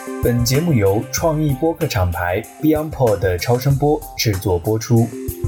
本节目由创意播客厂牌 BeyondPod 的超声波制作播出。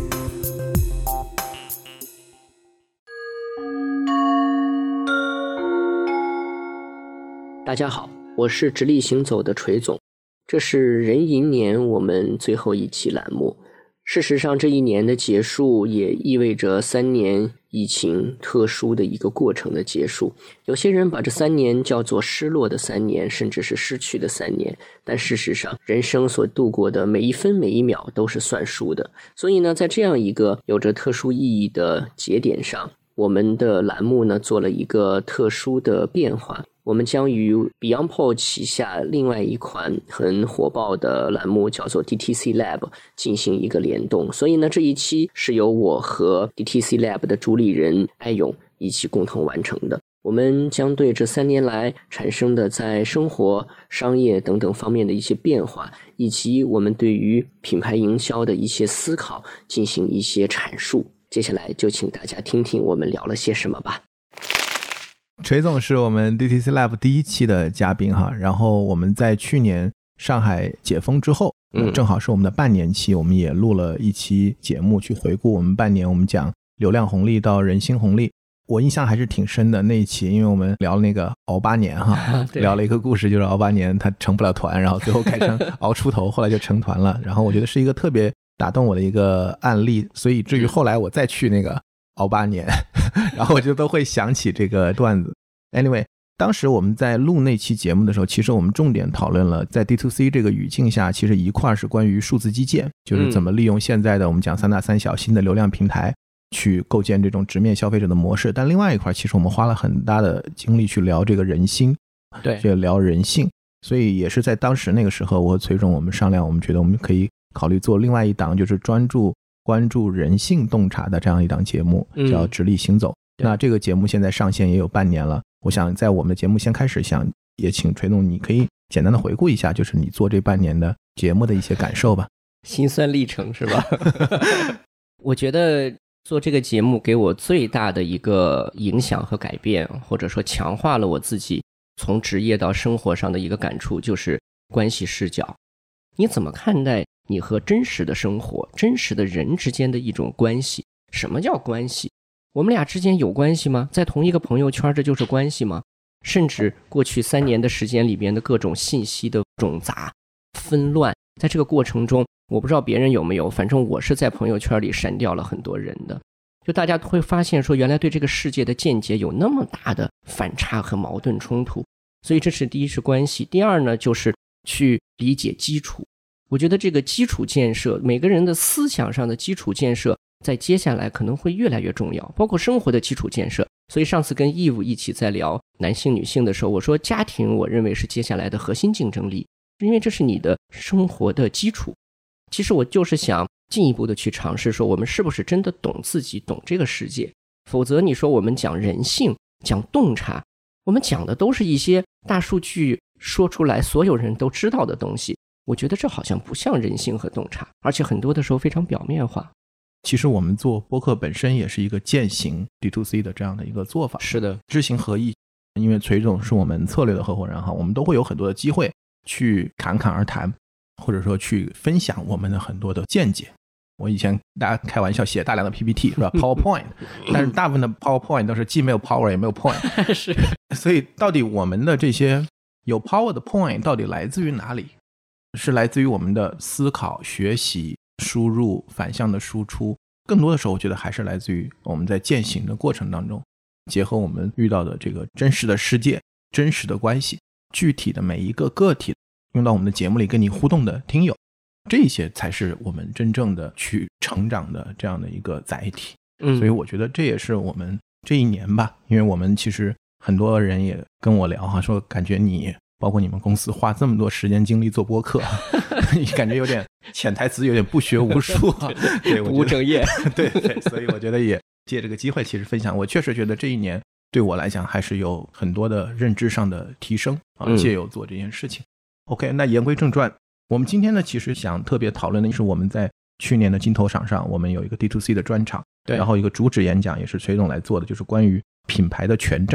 大家好，我是直立行走的锤总，这是壬寅年我们最后一期栏目。事实上，这一年的结束也意味着3年疫情特殊的一个过程的结束。有些人把这3年叫做失落的3年，甚至是失去的3年。但事实上，人生所度过的每一分每一秒都是算数的。所以呢，在这样一个有着特殊意义的节点上，我们的栏目呢做了一个特殊的变化。我们将与 BeyondPod 旗下另外一款很火爆的栏目叫做 DTC Lab 进行一个联动，所以呢，这一期是由我和 DTC Lab 的主理人艾勇一起共同完成的。我们将对这3年来产生的在生活、商业等等方面的一些变化，以及我们对于品牌营销的一些思考进行一些阐述。接下来就请大家听听我们聊了些什么吧。 锤总是我们 DTC Lab 第一期的嘉宾哈，然后我们在去年上海解封之后，正好是我们的半年期，我们也录了一期节目去回顾我们半年，我们讲流量红利到人心红利。我印象还是挺深的那一期，因为我们聊了那个熬8年哈，聊了一个故事，就是熬8年他成不了团，然后最后改成熬出头，后来就成团了。然后我觉得是一个特别打动我的一个案例，所以至于后来我再去那个熬8年然后我就都会想起这个段子。Anyway， 当时我们在录那期节目的时候，其实我们重点讨论了在 D2C 这个语境下，其实一块是关于数字基建，就是怎么利用现在的我们讲3大3小新的流量平台去构建这种直面消费者的模式。但另外一块其实我们花了很大的精力去聊这个人心，对，去聊人性。所以也是在当时那个时候，我和崔总我们商量，我们觉得我们可以考虑做另外一档，就是专注关注人性洞察的这样一档节目，叫直立行走。那这个节目现在上线也有半年了，我想在我们的节目先开始，想也请锤总你可以简单的回顾一下，就是你做这半年的节目的一些感受吧。 辛酸历程是吧我觉得做这个节目给我最大的一个影响和改变，或者说强化了我自己从职业到生活上的一个感触，就是关系视角。你怎么看待你和真实的生活、真实的人之间的一种关系？什么叫关系？我们俩之间有关系吗？在同一个朋友圈这就是关系吗？甚至过去3年的时间里边的各种信息的种杂纷乱，在这个过程中，我不知道别人有没有，反正我是在朋友圈里删掉了很多人的。就大家会发现说，原来对这个世界的见解有那么大的反差和矛盾冲突。所以这是第一，是关系。第二呢，就是去理解基础。我觉得这个基础建设，每个人的思想上的基础建设，在接下来可能会越来越重要，包括生活的基础建设。所以上次跟 Eve 一起在聊男性女性的时候，我说家庭我认为是接下来的核心竞争力，因为这是你的生活的基础。其实我就是想进一步的去尝试说，我们是不是真的懂自己，懂这个世界。否则你说我们讲人性，讲洞察，我们讲的都是一些大数据说出来所有人都知道的东西，我觉得这好像不像人性和洞察，而且很多的时候非常表面化。 其实我们做播客本身也是一个践行 D2C 的这样的一个做法， 是的， 知行合一。因为崔总是我们策略的合伙人哈，我们都会有很多的机会去侃侃而谈，或者说去分享我们的很多的见解。我以前大家开玩笑写大量的 PPT 是吧PowerPoint 但是大部分的 PowerPoint 都是既没有 power 也没有 point 是， 所以到底我们的这些有 power 的 point 到底来自于哪里？是来自于我们的思考、学习、输入、反向的输出，更多的时候我觉得还是来自于我们在践行的过程当中，结合我们遇到的这个真实的世界、真实的关系、具体的每一个个体，用到我们的节目里跟你互动的听友，这些才是我们真正的去成长的这样的一个载体。所以我觉得这也是我们这一年吧，因为我们其实很多人也跟我聊哈，说感觉你包括你们公司花这么多时间精力做播客你感觉有点潜台词有点不学无术对， 不务正业对对，所以我觉得也借这个机会其实分享，我确实觉得这一年对我来讲还是有很多的认知上的提升借由做这件事情。OK， 那言归正传，我们今天呢其实想特别讨论的是我们在去年的金头赏上，我们有一个 D2C 的专场，然后一个主旨演讲也是崔总来做的，就是关于品牌的权杖。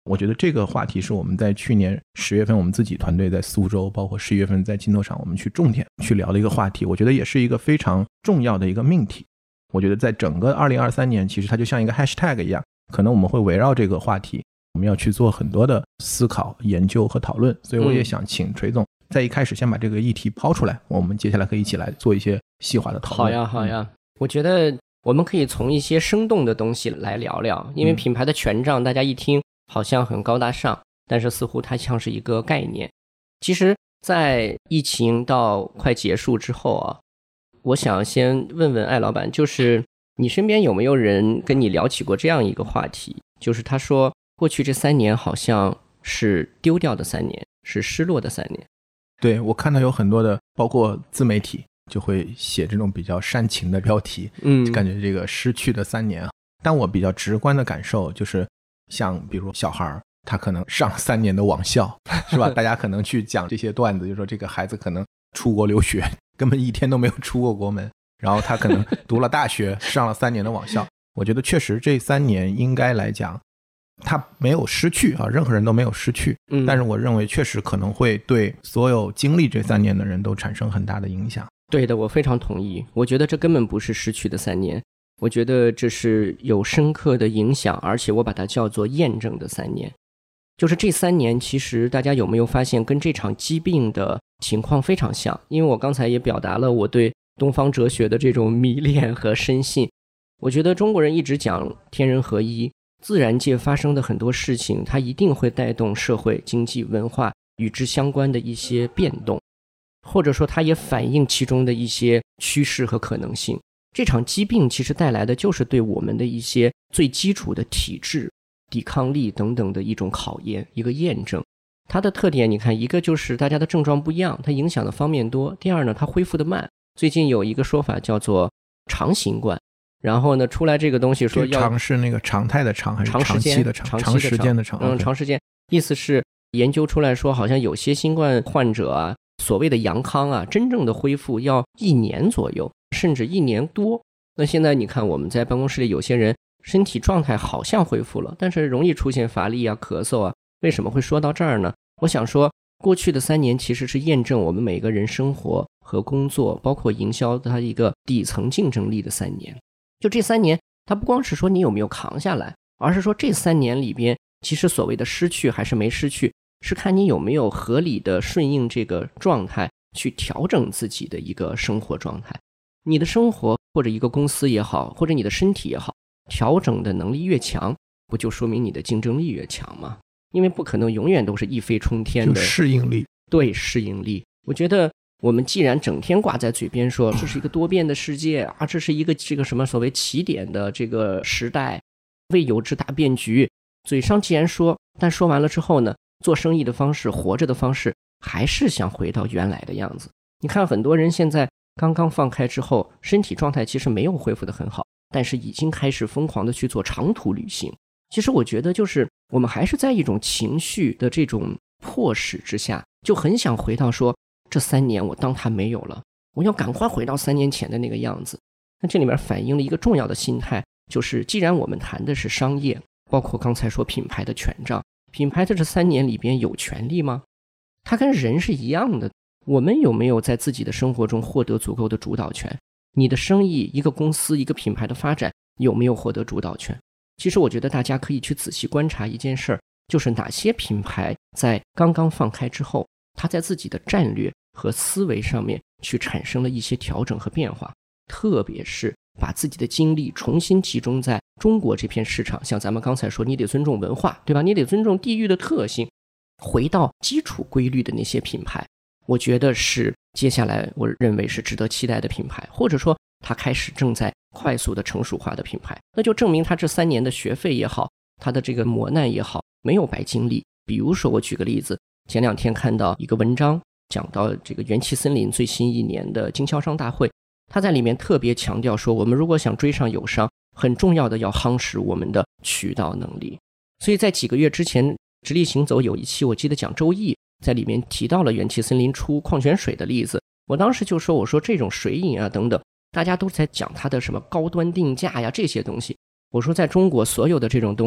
我觉得这个话题是我们在去年10月份我们自己团队在苏州，包括11月份在金头厂我们去重点去聊的一个话题，我觉得也是一个非常重要的一个命题。我觉得在整个2023年，其实它就像一个 hashtag 一样，可能我们会围绕这个话题，我们要去做很多的思考、研究和讨论。所以我也想请锤总在一开始先把这个议题抛出来，我们接下来可以一起来做一些细化的讨论。 好呀，好呀。我觉得我们可以从一些生动的东西来聊聊，因为品牌的权杖大家一听好像很高大上，但是似乎它像是一个概念。其实在疫情到快结束之后啊，我想先问问艾老板，就是你身边有没有人跟你聊起过这样一个话题，就是他说过去这3年好像是丢掉的3年，是失落的3年。 对，我看到有很多的包括自媒体就会写这种比较煽情的标题，就感觉这个失去的3年。但我比较直观的感受就是像比如小孩他可能上3年的网校是吧？大家可能去讲这些段子，就说这个孩子可能出国留学根本一天都没有出过国门，然后他可能读了大学上了3年的网校。我觉得确实这3年应该来讲他没有失去啊，任何人都没有失去，但是我认为确实可能会对所有经历这3年的人都产生很大的影响。 对的，我非常同意。我觉得这根本不是失去的3年，我觉得这是有深刻的影响，而且我把它叫做验证的3年。就是这3年其实大家有没有发现跟这场疾病的情况非常像，因为我刚才也表达了我对东方哲学的这种迷恋和深信。我觉得中国人一直讲天人合一，自然界发生的很多事情它一定会带动社会经济文化与之相关的一些变动，或者说它也反映其中的一些趋势和可能性。这场疾病其实带来的就是对我们的一些最基础的体质、抵抗力等等的一种考验，一个验证。它的特点你看，一个就是大家的症状不一样，它影响的方面多。第二呢，它恢复的慢。最近有一个说法叫做长新冠，然后呢出来这个东西说要长是那个常态的长还是长期的长？长时间的长。 长时间，意思是研究出来说好像有些新冠患者啊，所谓的阳康啊，真正的恢复要1年左右，甚至1年多。那现在你看我们在办公室里有些人身体状态好像恢复了，但是容易出现乏力啊、咳嗽啊。为什么会说到这儿呢？我想说过去的3年其实是验证我们每个人生活和工作包括营销它一个底层竞争力的3年。就这3年它不光是说你有没有扛下来，而是说这3年里边其实所谓的失去还是没失去，是看你有没有合理的顺应这个状态去调整自己的一个生活状态。你的生活或者一个公司也好，或者你的身体也好，调整的能力越强，不就说明你的竞争力越强吗？因为不可能永远都是一飞冲天的， 就适应力。 对，适应力。我觉得我们既然整天挂在嘴边说这是一个多变的世界啊，这是一个这个什么所谓起点的这个时代，未有之大变局，嘴上既然说，但说完了之后呢，做生意的方式、活着的方式还是想回到原来的样子。你看很多人现在刚刚放开之后，身体状态其实没有恢复得很好，但是已经开始疯狂的去做长途旅行。其实我觉得就是我们还是在一种情绪的这种迫使之下，就很想回到说这3年我当它没有了，我要赶快回到3年前的那个样子。那这里面反映了一个重要的心态，就是既然我们谈的是商业，包括刚才说品牌的权杖，品牌在这3年里边有权利吗？它跟人是一样的，我们有没有在自己的生活中获得足够的主导权？你的生意、一个公司、一个品牌的发展有没有获得主导权？其实我觉得大家可以去仔细观察一件事儿，就是哪些品牌在刚刚放开之后，它在自己的战略和思维上面去产生了一些调整和变化，特别是把自己的精力重新集中在中国这片市场。像咱们刚才说，你得尊重文化，对吧？你得尊重地域的特性，回到基础规律的那些品牌，我觉得是接下来我认为是值得期待的品牌，或者说它开始正在快速的成熟化的品牌。那就证明它这3年的学费也好，它的这个磨难也好，没有白经历。比如说我举个例子，前2天看到一个文章讲到这个元气森林最新1年的经销商大会，他在里面特别强调说，我们如果想追上友商，很重要的要夯实我们的渠道能力。所以在几个月之前直立行走有一期我记得讲周易，在里面提到了元气森林出矿泉水的例子。我当时就说，我说这种水饮啊等等，大家都在讲它的什么高端定价呀这些东西，我说在中国所有的这种东西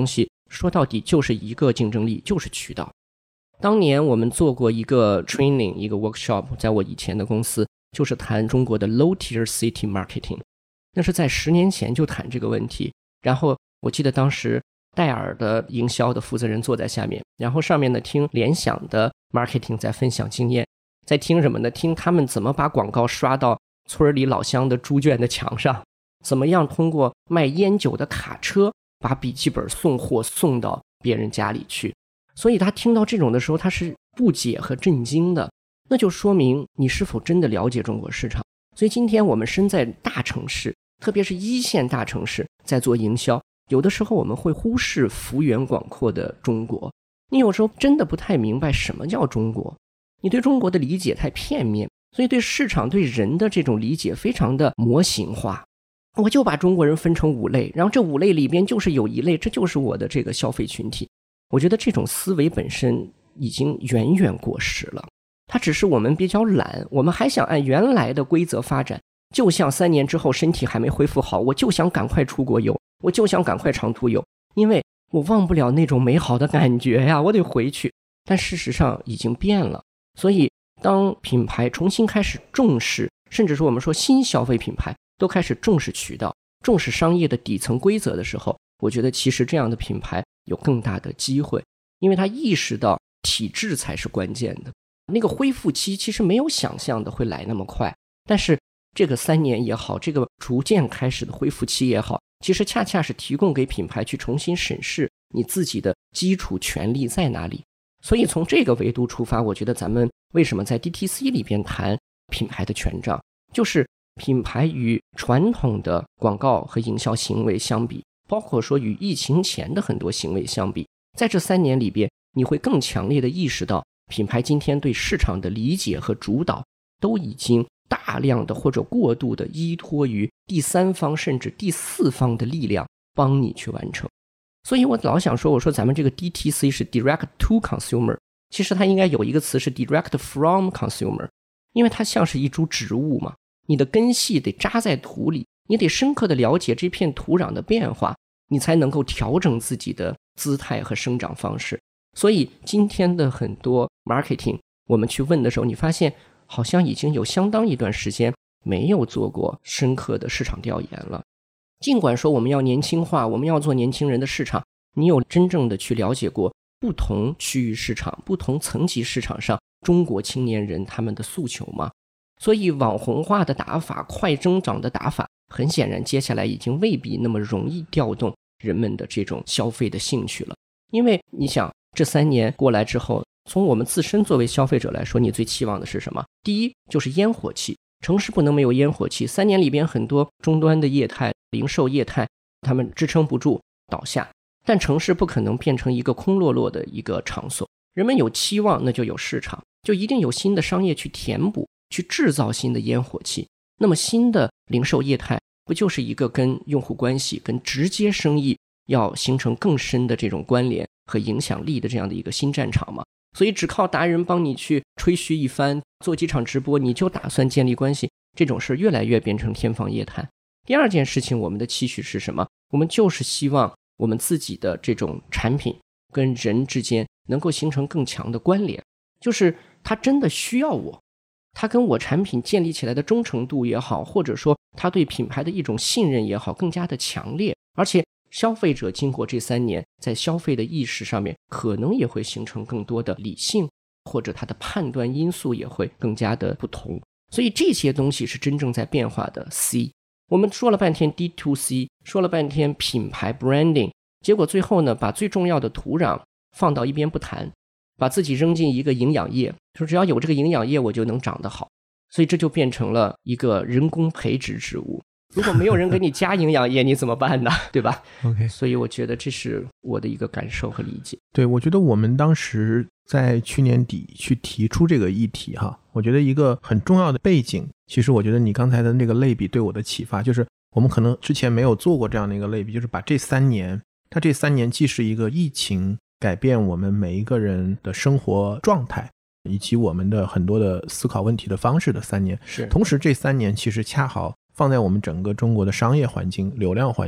说到底就是一个竞争力，就是渠道。当年我们做过一个 training 一个 workshop， 在我以前的公司，就是谈中国的 low tier city marketing， 那是在10年前就谈这个问题。然后我记得当时戴尔的营销的负责人坐在下面，然后上面呢听联想的 marketing 在分享经验，在听什么呢？听他们怎么把广告刷到村里老乡的猪圈的墙上，怎么样通过卖烟酒的卡车把笔记本送货送到别人家里去。所以他听到这种的时候，他是不解和震惊的，那就说明你是否真的了解中国市场。所以今天我们身在大城市，特别是一线大城市，在做营销，有的时候我们会忽视幅员广阔的中国。你有时候真的不太明白什么叫中国，你对中国的理解太片面，所以对市场对人的这种理解非常的模型化。我就把中国人分成5类，然后这5类里边就是有一类，这就是我的这个消费群体。我觉得这种思维本身已经远远过时了，它只是我们比较懒，我们还想按原来的规则发展。就像3年之后身体还没恢复好，我就想赶快出国游，我就想赶快长途游，因为我忘不了那种美好的感觉呀，我得回去。但事实上已经变了。所以当品牌重新开始重视，甚至说我们说新消费品牌都开始重视渠道，重视商业的底层规则的时候，我觉得其实这样的品牌有更大的机会，因为他意识到体制才是关键的。那个恢复期其实没有想象的会来那么快，但是这个3年也好，这个逐渐开始的恢复期也好，其实恰恰是提供给品牌去重新审视你自己的基础权利在哪里。所以从这个维度出发，我觉得咱们为什么在 DTC 里边谈品牌的权杖，就是品牌与传统的广告和营销行为相比，包括说与疫情前的很多行为相比，在这3年里边，你会更强烈的意识到品牌今天对市场的理解和主导都已经大量的或者过度的依托于第3方甚至第4方的力量帮你去完成。所以我老想说，我说咱们这个 DTC 是 direct to consumer， 其实它应该有一个词是 direct from consumer， 因为它像是一株植物嘛，你的根系得扎在土里，你得深刻的了解这片土壤的变化，你才能够调整自己的姿态和生长方式。所以今天的很多 marketing 我们去问的时候，你发现好像已经有相当一段时间没有做过深刻的市场调研了。尽管说我们要年轻化，我们要做年轻人的市场，你有真正的去了解过不同区域市场、不同层级市场上中国青年人他们的诉求吗？所以网红化的打法、快增长的打法，很显然接下来已经未必那么容易调动人们的这种消费的兴趣了。因为你想这3年过来之后，从我们自身作为消费者来说，你最期望的是什么？第一就是烟火气，城市不能没有烟火气。3年里边很多终端的业态、零售业态，他们支撑不住倒下，但城市不可能变成一个空落落的一个场所。人们有期望，那就有市场，就一定有新的商业去填补，去制造新的烟火气。那么新的零售业态不就是一个跟用户关系、跟直接生意要形成更深的这种关联和影响力的这样的一个新战场吗？所以只靠达人帮你去吹嘘一番，做几场直播，你就打算建立关系，这种事越来越变成天方夜谭。第二件事情，我们的期许是什么？我们就是希望我们自己的这种产品跟人之间能够形成更强的关联，就是他真的需要我，他跟我产品建立起来的忠诚度也好，或者说他对品牌的一种信任也好，更加的强烈。而且消费者经过这3年在消费的意识上面可能也会形成更多的理性，或者他的判断因素也会更加的不同。所以这些东西是真正在变化的 C。 我们说了半天 D2C， 说了半天品牌 branding， 结果最后呢把最重要的土壤放到一边不谈，把自己扔进一个营养液，说只要有这个营养液我就能长得好。所以这就变成了一个人工培植植物，如果没有人给你加营养液你怎么办呢？对吧？ OK， 所以我觉得这是我的一个感受和理解。 对，我觉得我们当时在去年底去提出这个议题哈，我觉得一个很重要的背景，其实我觉得你刚才的那个类比对我的启发，就是我们可能之前没有做过这样的一个类比，就是把这3年，它这3年既是一个疫情改变我们每一个人的生活状态以及我们的很多的思考问题的方式的3年， 是同时这3年其实恰好放在我们整个中国的商业环境、流量环境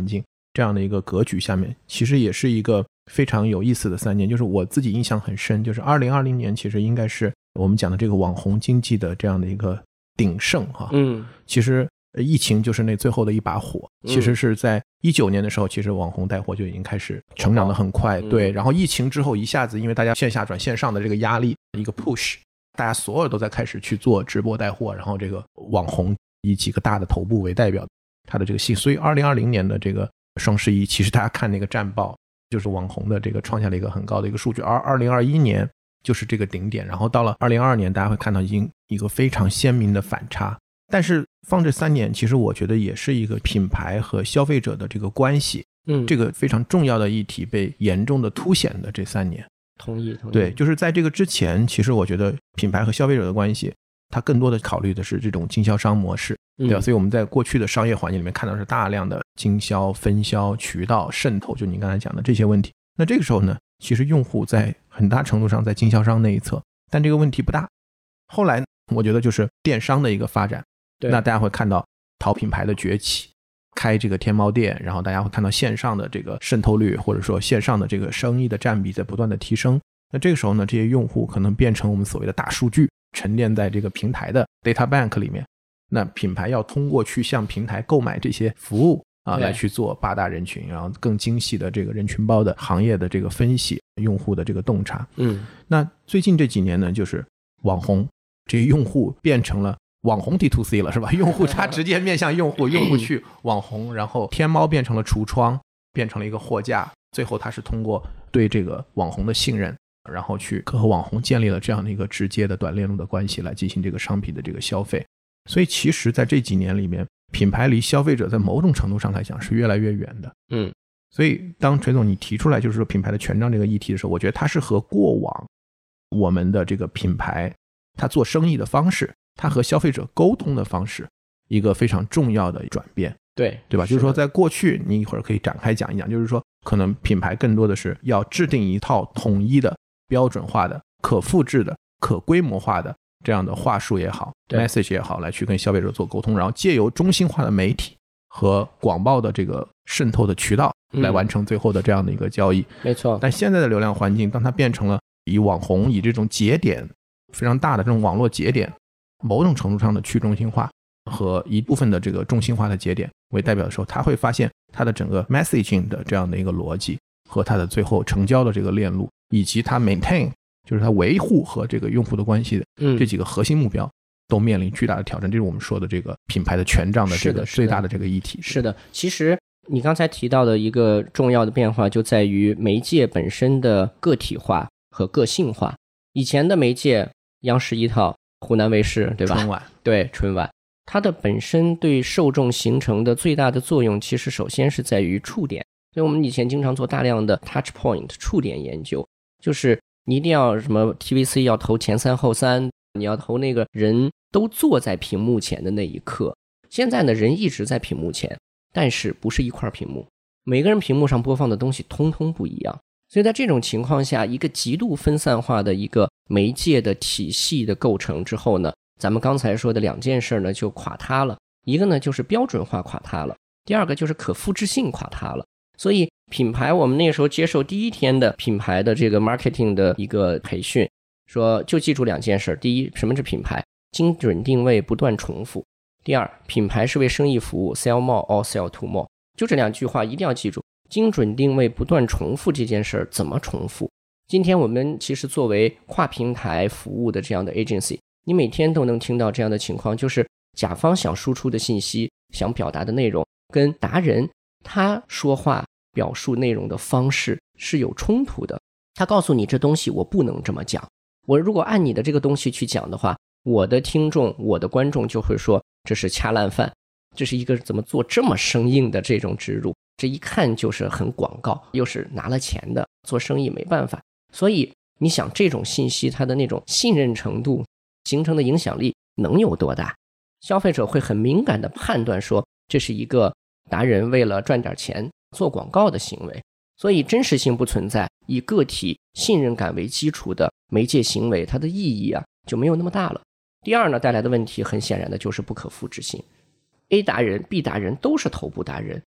这样的一个格局下面，其实也是一个非常有意思的3年。就是我自己印象很深，就是2020年其实应该是我们讲的这个网红经济的这样的一个鼎盛哈。其实疫情就是那最后的一把火，其实是在19年的时候，其实网红带货就已经开始成长得很快，对。然后疫情之后一下子因为大家线下转线上的这个压力一个 push， 大家所有都在开始去做直播带货，然后这个网红以几个大的头部为代表它的这个戏，所以2020年的这个双11其实大家看那个战报就是网红的这个创下了一个很高的一个数据，而2021年就是这个顶点，然后到了2022年大家会看到已经一个非常鲜明的反差。但是放这3年其实我觉得也是一个品牌和消费者的这个关系这个非常重要的议题被严重的凸显的这3年。 同意。 对，就是在这个之前其实我觉得品牌和消费者的关系它更多的考虑的是这种经销商模式，对吧？所以我们在过去的商业环境里面看到是大量的经销、分销、渠道渗透，就你刚才讲的这些问题。那这个时候呢，其实用户在很大程度上在经销商那一侧，但这个问题不大。后来我觉得就是电商的一个发展，那大家会看到淘品牌的崛起，开这个天猫店，然后大家会看到线上的这个渗透率，或者说线上的这个生意的占比在不断的提升。那这个时候呢，这些用户可能变成我们所谓的大数据，沉淀在这个平台的 data bank 里面。那品牌要通过去向平台购买这些服务来去做8大人群，然后更精细的这个人群包的行业的这个分析，用户的这个洞察。那最近这几年呢，就是网红这些用户变成了网红 D2C 了，是吧？用户他直接面向用户，用户去网红，然后天猫变成了橱窗，变成了一个货架，最后他是通过对这个网红的信任，然后去和网红建立了这样的一个直接的短链路的关系来进行这个商品的这个消费。所以其实在这几年里面，品牌离消费者在某种程度上来讲是越来越远的。所以当锤总你提出来就是说品牌的权杖这个议题的时候，我觉得它是和过往我们的这个品牌它做生意的方式，它和消费者沟通的方式一个非常重要的转变。对吧？就是说在过去你一会儿可以展开讲一讲，就是说可能品牌更多的是要制定一套统一的标准化的可复制的可规模化的这样的话术也好 message 也好，来去跟消费者做沟通，然后借由中心化的媒体和广报的这个渗透的渠道来完成最后的这样的一个交易。 没错。 但现在的流量环境，当它变成了以网红以这种节点非常大的这种网络节点，某种程度上的去中心化和一部分的这个中心化的节点为代表的时候，他会发现它的整个 messaging 的这样的一个逻辑和它的最后成交的这个链路，以及它 maintain 就是它维护和这个用户的关系的这几个核心目标都面临巨大的挑战。这是我们说的这个品牌的权杖的这个最大的这个议题。 是的，其实你刚才提到的一个重要的变化就在于媒介本身的个体化和个性化。以前的媒介央视一套，湖南卫视，对吧？ 春晚。 对，春晚。它的本身对受众形成的最大的作用，其实首先是在于触点。所以我们以前经常做大量的 touch point 触点研究，就是你一定要什么 TVC 要投前3后3，你要投那个人都坐在屏幕前的那一刻。现在呢，人一直在屏幕前，但是不是一块屏幕，每个人屏幕上播放的东西通通不一样。所以在这种情况下，一个极度分散化的一个媒介的体系的构成之后呢，咱们刚才说的2件事呢就垮塌了。一个呢就是标准化垮塌了，第二个就是可复制性垮塌了。所以品牌，我们那个时候接受第1天的品牌的这个 marketing 的一个培训，说就记住2件事。第一，什么是品牌？精准定位，不断重复。第二，品牌是为生意服务 ，sell more or sell to more。就这2句话一定要记住。精准定位不断重复这件事儿怎么重复？今天我们其实作为跨平台服务的这样的 agency， 你每天都能听到这样的情况，就是甲方想输出的信息，想表达的内容跟达人他说话表述内容的方式是有冲突的。他告诉你这东西我不能这么讲，我如果按你的这个东西去讲的话，我的听众我的观众就会说这是掐烂饭，这是一个怎么做这么生硬的这种植入，这一看就是很广告，又是拿了钱的，做生意没办法。所以你想这种信息它的那种信任程度形成的影响力能有多大？消费者会很敏感的判断说这是一个达人为了赚点钱做广告的行为。所以真实性不存在，以个体信任感为基础的媒介行为，它的意义就没有那么大了。第二呢，带来的问题很显然的就是不可复制性。A 达人 B 达人都是头部达人，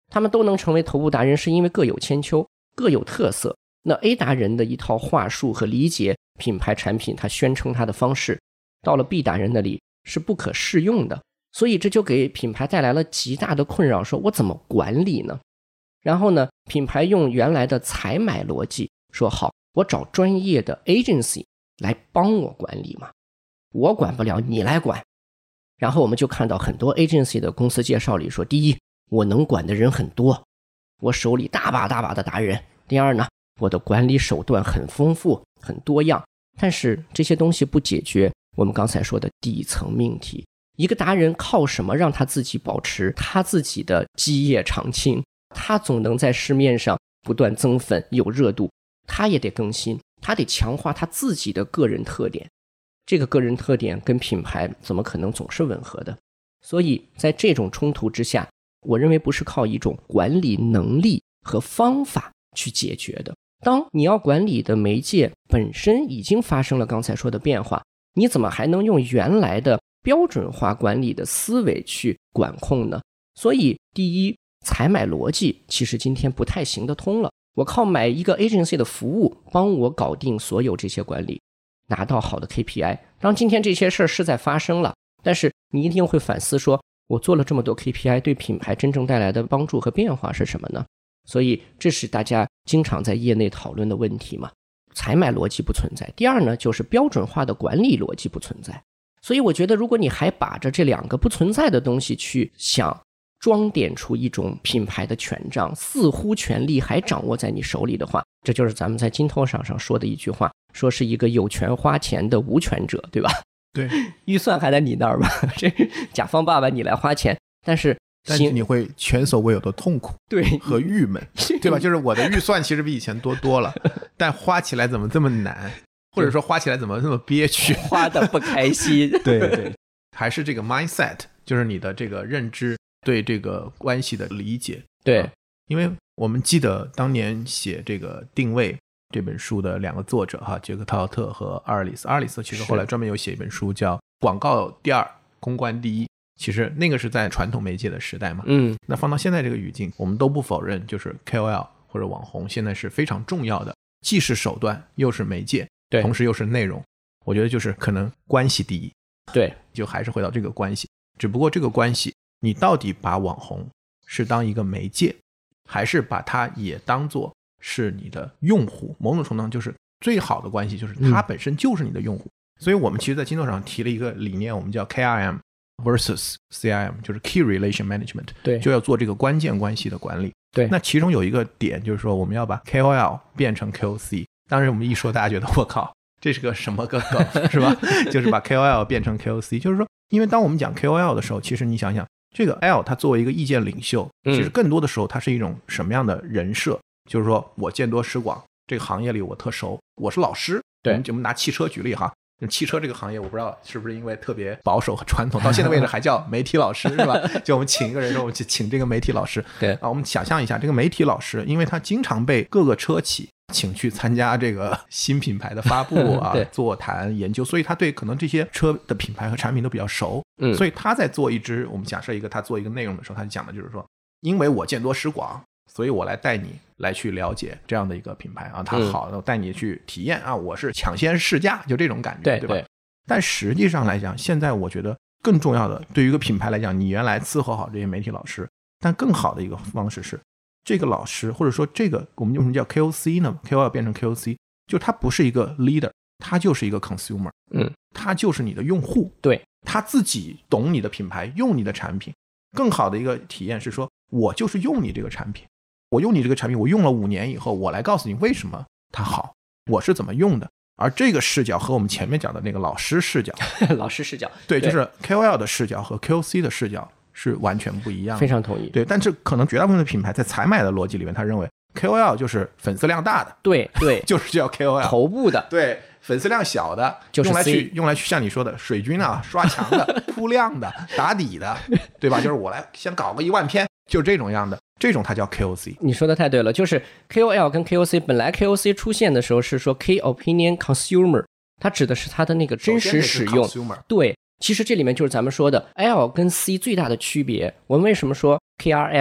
他们都能成为头部达人，是因为各有千秋，各有特色。那 A 达人的一套话术和理解品牌产品，他宣称他的方式，到了 B 达人那里是不可适用的，所以这就给品牌带来了极大的困扰，说我怎么管理呢？然后呢，品牌用原来的采买逻辑说，好，我找专业的 agency 来帮我管理嘛，我管不了，你来管。然后我们就看到很多 agency 的公司介绍里说，第一，我能管的人很多，我手里大把大把的达人。第二呢，我的管理手段很丰富很多样，但是这些东西不解决我们刚才说的底层命题。一个达人靠什么让他自己保持他自己的基业长青？他总能在市面上不断增粉有热度，他也得更新，他得强化他自己的个人特点。这个个人特点跟品牌怎么可能总是吻合的？所以在这种冲突之下，我认为不是靠一种管理能力和方法去解决的。当你要管理的媒介本身已经发生了刚才说的变化，你怎么还能用原来的标准化管理的思维去管控呢？所以第一，采买逻辑其实今天不太行得通了，我靠买一个 agency 的服务帮我搞定所有这些管理，拿到好的 KPI。 当今天这些事儿是在发生了，但是你一定会反思说，我做了这么多 KPI 对品牌真正带来的帮助和变化是什么呢？所以这是大家经常在业内讨论的问题嘛。采买逻辑不存在，第二呢，就是标准化的管理逻辑不存在。所以我觉得如果你还把着这两个不存在的东西去想装点出一种品牌的权杖，似乎权力还掌握在你手里的话，这就是咱们在金头上说的一句话，说是一个有权花钱的无权者，对吧？ 对， 预算还在你那儿吧，这甲方爸爸你来花钱，但是你会前所未有的痛苦和郁闷，对吧？就是我的预算其实比以前多了，但花起来怎么这么难，或者说花起来怎么这么憋屈， 花的不开心。 对对，还是这个 mindset， 就是你的这个认知对这个关系的理解。 对， 因为我们记得当年写这个定位这本书的两个作者哈，杰克陶特和阿尔里斯。阿尔里斯其实后来专门有写一本书叫《广告第二，公关第一》。其实那个是在传统媒介的时代嘛，那放到现在这个语境，我们都不否认，就是 KOL 或者网红现在是非常重要的，既是手段又是媒介， 对， 同时又是内容。我觉得就是可能关系第一， 对， 就还是回到这个关系。只不过这个关系，你到底把网红是当一个媒介，还是把它也当作是你的用户？某种程度上就是最好的关系，就是它本身就是你的用户。所以我们其实在金豆上提了一个理念，我们叫 KRM versus CRM， 就是 Key Relation Management， 对， 就要做这个关键关系的管理。 对， 那其中有一个点就是说，我们要把 KOL 变成 KOC。当然我们一说大家觉得我靠，这是个什么个梗是吧？就是把 KOL 变成 KOC， 就是说，因为当我们讲 KOL 的时候，其实你想想，这个 L 它作为一个意见领袖，其实更多的时候它是一种什么样的人设？就是说我见多识广，这个行业里我特熟，我是老师。 对， 我们拿汽车举例哈。汽车这个行业我不知道是不是因为特别保守和传统，到现在为止还叫媒体老师是吧？就我们请一个人说我们请这个媒体老师， 对啊，我们想象一下这个媒体老师，因为他经常被各个车企请去参加这个新品牌的发布啊座谈研究，所以他对可能这些车的品牌和产品都比较熟，所以他在做一支，我们假设一个他做一个内容的时候，他讲的就是说，因为我见多识广，所以我来带你来去了解这样的一个品牌啊，它好，我带你去体验啊，我是抢先试驾，就这种感觉，对吧？但实际上来讲，现在我觉得更重要的，对于一个品牌来讲，你原来伺候好这些媒体老师，但更好的一个方式是，这个老师或者说这个我们为什么叫 KOC 呢 ？KOL 变成 KOC， 就他不是一个 leader， 他就是一个 consumer， 他就是你的用户， 对， 他自己懂你的品牌，用你的产品。更好的一个体验是说，我就是用你这个产品。我用你这个产品，我用了5年以后，我来告诉你为什么它好，我是怎么用的。而这个视角和我们前面讲的那个老师视角老师视角， 对，就是 KOL 的视角和 KOC 的视角是完全不一样的。 非常同意。 对，但是可能绝大部分的品牌在采买的逻辑里面，他认为 KOL 就是粉丝量大的， 对对， 就是叫 KOL 头部的， 对，粉丝量小的就是用来去像你说的水军啊，刷墙的铺量的打底的，对吧？就是我来先搞个1万篇，就这种样的，这种它叫 KOC。 你说的太对了，就是 KOL 跟 KOC， 本来 KOC 出现的时候是说 Key Opinion Consumer， 它指的是它的那个真实使用。对，其实这里面就是咱们说的 L 跟 C 最大的区别。我们为什么说 KRM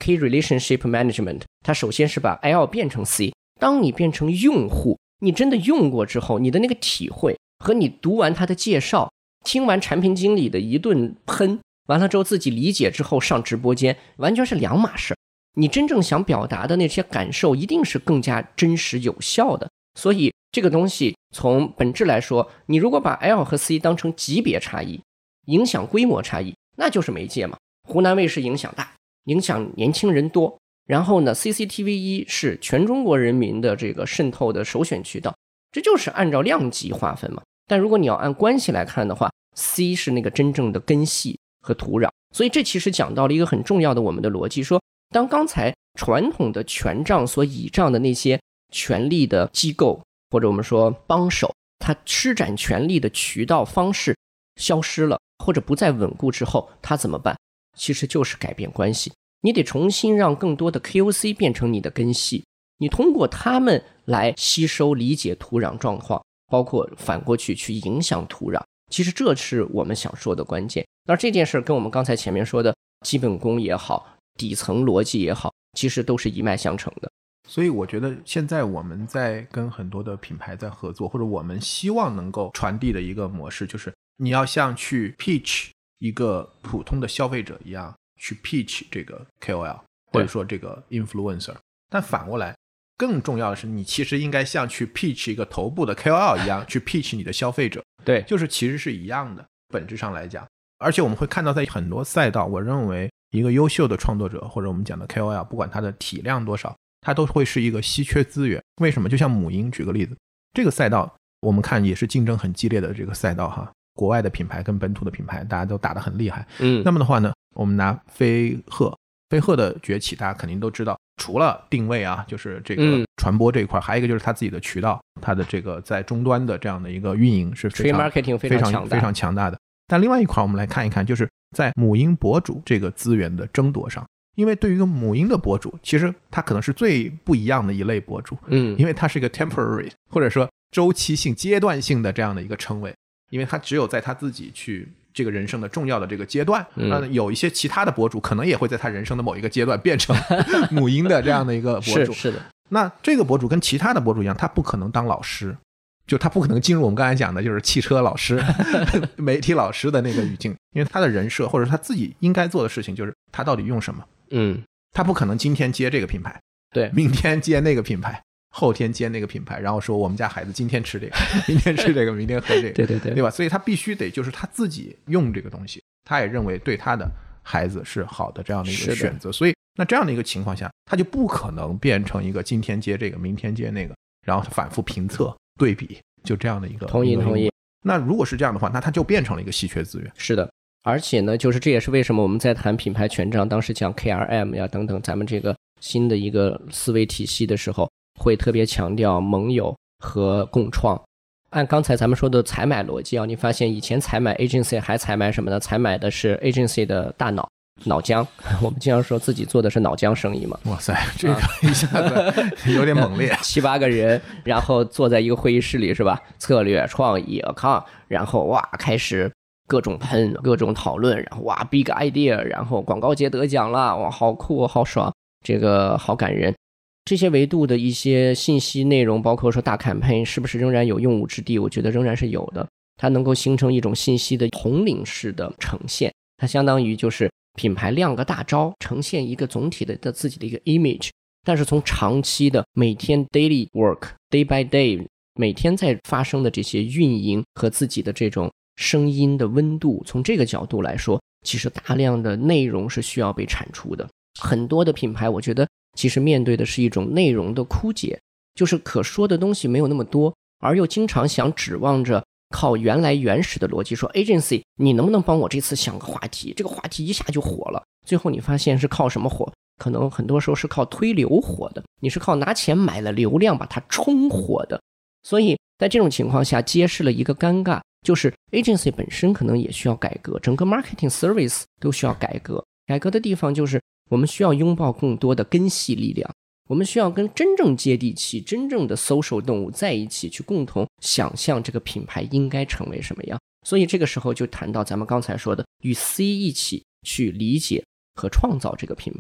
Key Relationship Management， 它首先是把 L 变成 C。当你变成用户，你真的用过之后，你的那个体会和你读完它的介绍，听完产品经理的一顿喷，完了之后自己理解之后上直播间，完全是两码事。你真正想表达的那些感受一定是更加真实有效的。所以这个东西从本质来说，你如果把 L 和 C 当成级别差异，影响规模差异，那就是媒介嘛。湖南卫视影响大，影响年轻人多，然后呢 CCTV1 是全中国人民的这个渗透的首选渠道，这就是按照量级划分嘛。但如果你要按关系来看的话， C 是那个真正的根系和土壤。所以这其实讲到了一个很重要的我们的逻辑，说当刚才传统的权杖所倚仗的那些权力的机构，或者我们说帮手，他施展权力的渠道方式消失了，或者不再稳固之后，他怎么办？其实就是改变关系。你得重新让更多的 KOC 变成你的根系，你通过他们来吸收理解土壤状况，包括反过去影响土壤。其实这是我们想说的关键。那这件事跟我们刚才前面说的基本功也好，底层逻辑也好，其实都是一脉相承的。 所以我觉得现在我们在跟很多的品牌在合作，或者我们希望能够传递的一个模式，就是你要像去 pitch 一个普通的消费者一样去 pitch 这个 KOL 或者说这个 influencer， 但反过来更重要的是，你其实应该像去 pitch 一个头部的 KOL 一样去 pitch 你的消费者。 对， 就是其实是一样的，本质上来讲。而且我们会看到在很多赛道，我认为一个优秀的创作者或者我们讲的 KOL， 不管他的体量多少，它都会是一个稀缺资源。为什么？就像母婴举个例子，这个赛道我们看也是竞争很激烈的这个赛道哈，国外的品牌跟本土的品牌大家都打得很厉害。那么的话呢，我们拿飞鹤的崛起大家肯定都知道，除了定位啊，就是这个传播这一块，还有一个就是它自己的渠道，它的这个在终端的这样的一个运营是非常强大的。但另外一块我们来看一看，就是在母婴博主这个资源的争夺上，因为对于一个母婴的博主，其实他可能是最不一样的一类博主，因为他是一个 temporary 或者说周期性阶段性的这样的一个称谓，因为他只有在他自己去这个人生的重要的这个阶段，有一些其他的博主可能也会在他人生的某一个阶段变成母婴的这样的一个博主。 是的。 那这个博主跟其他的博主一样，他不可能当老师，就他不可能进入我们刚才讲的就是汽车老师媒体老师的那个语境，因为他的人设或者他自己应该做的事情就是他到底用什么。他不可能今天接这个品牌， 对， 明天接那个品牌，后天接那个品牌，然后说我们家孩子今天吃这个，明天吃这个，明天喝这个，对吧？所以他必须得就是他自己用这个东西，他也认为对他的孩子是好的这样的一个选择。所以那这样的一个情况下，他就不可能变成一个今天接这个，明天接那个，然后反复评测对比，就这样的一个。 同意。 那如果是这样的话，那它就变成了一个稀缺资源。 是的。而且呢，就是这也是为什么我们在谈品牌权杖，当时讲 KRM 呀等等，咱们这个新的一个思维体系的时候，会特别强调盟友和共创。按刚才咱们说的采买逻辑啊，你发现以前采买 agency 还采买什么呢？采买的是 agency 的大脑浆，我们经常说自己做的是脑浆生意嘛。 哇塞，这个一下子有点猛烈 ，7、8个人，然后坐在一个会议室里是吧？策略、创意、account， 然后哇开始各种喷，各种讨论，然后哇 big idea， 然后广告节得奖了，哇好酷好爽，这个好感人。这些维度的一些信息内容，包括说大 campaign 是不是仍然有用武之地？我觉得仍然是有的。它能够形成一种信息的统领式的呈现，它相当于就是品牌亮个大招，呈现一个总体的自己的一个 image。但是从长期的每天 daily work day by day 每天在发生的这些运营和自己的这种声音的温度，从这个角度来说，其实大量的内容是需要被产出的。很多的品牌我觉得其实面对的是一种内容的枯竭，就是可说的东西没有那么多，而又经常想指望着靠原来原始的逻辑说 agency 你能不能帮我这次想个话题，这个话题一下就火了，最后你发现是靠什么火？可能很多时候是靠推流火的，你是靠拿钱买了流量把它冲火的。所以在这种情况下揭示了一个尴尬，就是 agency 本身可能也需要改革，整个 marketing service 都需要改革。改革的地方就是我们需要拥抱更多的根系力量，我们需要跟真正接地气真正的 social 动物在一起，去共同想象这个品牌应该成为什么样。所以这个时候就谈到咱们刚才说的与 C 一起去理解和创造这个品牌。